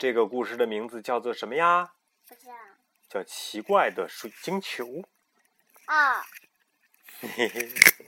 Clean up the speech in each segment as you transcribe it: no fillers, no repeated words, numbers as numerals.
这个故事的名字叫做什么呀？ 不知道。 叫奇怪的水晶球。嘿嘿。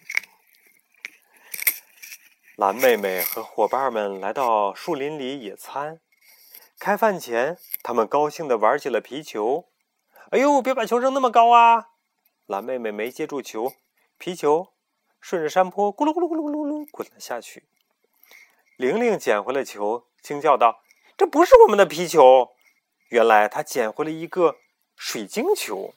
蓝妹妹和伙伴们来到树林里野餐。开饭前，他们高兴地玩起了皮球。哎呦，别把球扔那么高啊！蓝妹妹没接住球，皮球顺着山坡咕噜咕噜咕噜咕噜咕噜滚了下去。玲玲捡回了球，惊叫道：“这不是我们的皮球！”原来她捡回了一个水晶球。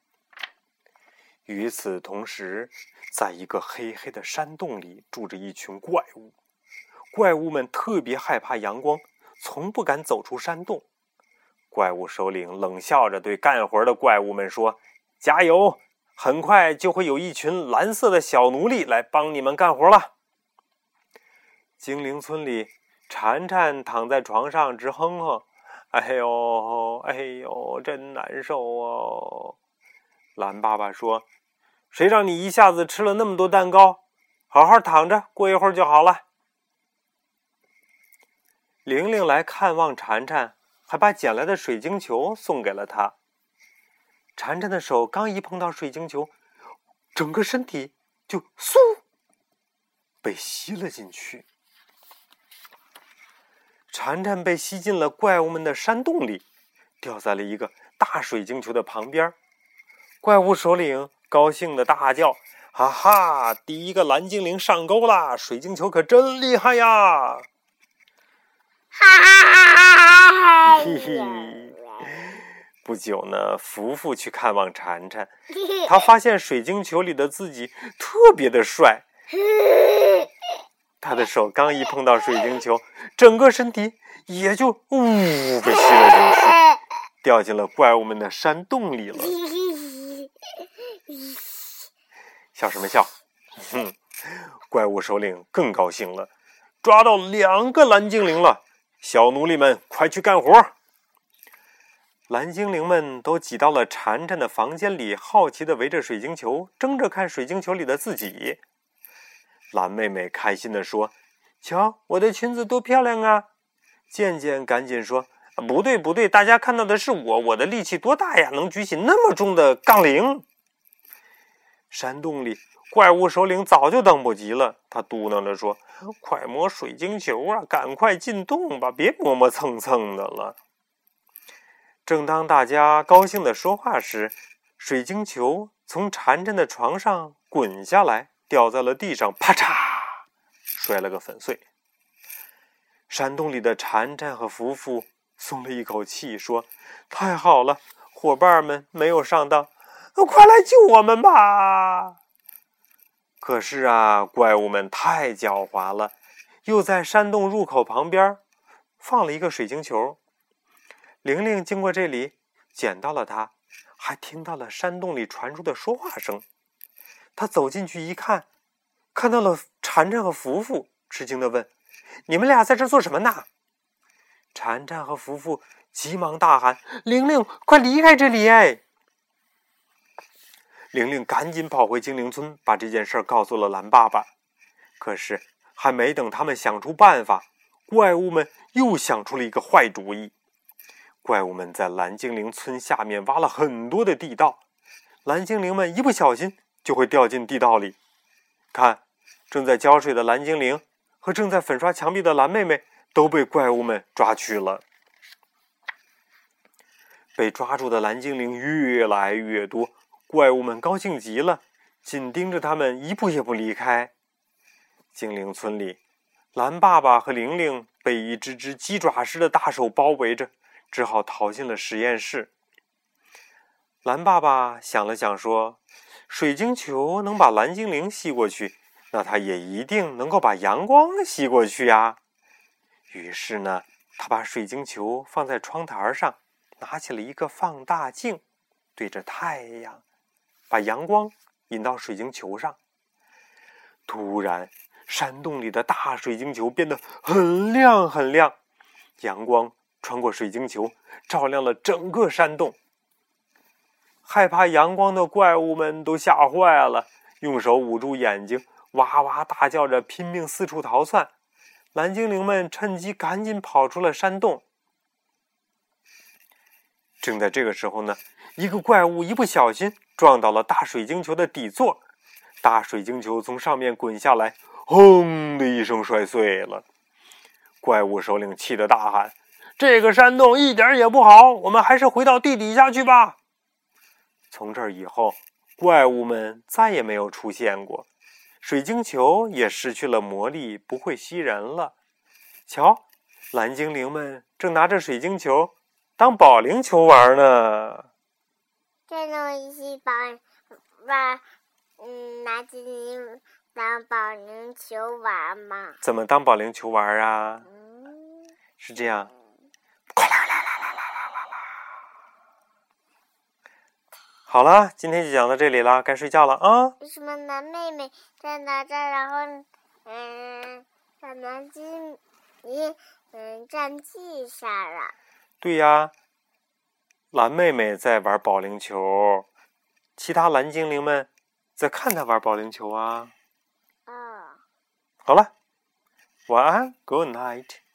与此同时，在一个黑黑的山洞里住着一群怪物。怪物们特别害怕阳光，从不敢走出山洞。怪物首领冷笑着对干活的怪物们说：“加油，很快就会有一群蓝色的小奴隶来帮你们干活了。”精灵村里，蝉蝉躺在床上直哼哼：“哎呦，哎呦，真难受哦。”蓝爸爸说：“谁让你一下子吃了那么多蛋糕？好好躺着，过一会儿就好了。”玲玲来看望蝉蝉，还把捡来的水晶球送给了他。蝉蝉的手刚一碰到水晶球，整个身体就嗖被吸了进去。蝉蝉被吸进了怪物们的山洞里，掉在了一个大水晶球的旁边。怪物首领高兴地大叫：“哈哈，第一个蓝精灵上钩啦！水晶球可真厉害呀！”嘿嘿。不久呢，福福去看望蝉蝉，他发现水晶球里的自己特别的帅。他的手刚一碰到水晶球，整个身体也就被吸了进去，掉进了怪物们的山洞里了。笑什么笑？怪物首领更高兴了，抓到2个蓝精灵了！小奴隶们，快去干活！蓝精灵们都挤到了蝉蝉的房间里，好奇地围着水晶球，争着看水晶球里的自己。蓝妹妹开心地说：“瞧，我的裙子多漂亮啊！”渐渐赶紧说：“不对不对，大家看到的是我的力气多大呀，能举起那么重的杠铃。”山洞里，怪物首领早就等不及了，他嘟囔着说：“快摸水晶球啊，赶快进洞吧，别磨磨蹭蹭的了。”正当大家高兴地说话时，水晶球从蝉蝉的床上滚下来，掉在了地上，啪嚓，摔了个粉碎。山洞里的蝉蝉和福福松了一口气，说：“太好了，伙伴们没有上当，快来救我们吧！”可是啊，怪物们太狡猾了，又在山洞入口旁边放了一个水晶球。玲玲经过这里，捡到了它，还听到了山洞里传出的说话声。她走进去一看，看到了蝉蝉和福福，吃惊地问：“你们俩在这做什么呢？”蝉蝉和福福急忙大喊：“玲玲，快离开这里！”玲玲赶紧跑回精灵村，把这件事告诉了蓝爸爸。可是还没等他们想出办法，怪物们又想出了一个坏主意。怪物们在蓝精灵村下面挖了很多的地道，蓝精灵们一不小心就会掉进地道里。看，正在浇水的蓝精灵和正在粉刷墙壁的蓝妹妹都被怪物们抓去了。被抓住的蓝精灵越来越多，怪物们高兴极了，紧盯着他们一步也不离开。精灵村里，蓝爸爸和玲玲被一只只鸡爪似的大手包围着，只好逃进了实验室。蓝爸爸想了想说：“水晶球能把蓝精灵吸过去，那它也一定能够把阳光吸过去呀。”于是呢，他把水晶球放在窗台上，拿起了一个放大镜，对着太阳，把阳光引到水晶球上。突然，山洞里的大水晶球变得很亮很亮，阳光穿过水晶球，照亮了整个山洞。害怕阳光的怪物们都吓坏了，用手捂住眼睛，哇哇大叫着拼命四处逃窜。蓝精灵们趁机赶紧跑出了山洞。 正在这个时候呢，一个怪物一不小心撞到了大水晶球的底座，大水晶球从上面滚下来，轰的一声摔碎了。怪物首领气得大喊：这个山洞一点也不好，我们还是回到地底下去吧。从这儿以后，怪物们再也没有出现过，水晶球也失去了魔力，不会吸人了。瞧，蓝精灵们正拿着水晶球当保龄球玩呢。 这种一起拿精灵当保龄球玩吗？ 怎么当保龄球玩啊？是这样。好了，今天就讲到这里了，该睡觉了啊。 为什么蓝妹妹站到这儿，然后让蓝精灵站地上了？ 对呀，蓝妹妹在玩保龄球，其他蓝精灵们在看她玩保龄球啊。好了，晚安 ，Good night。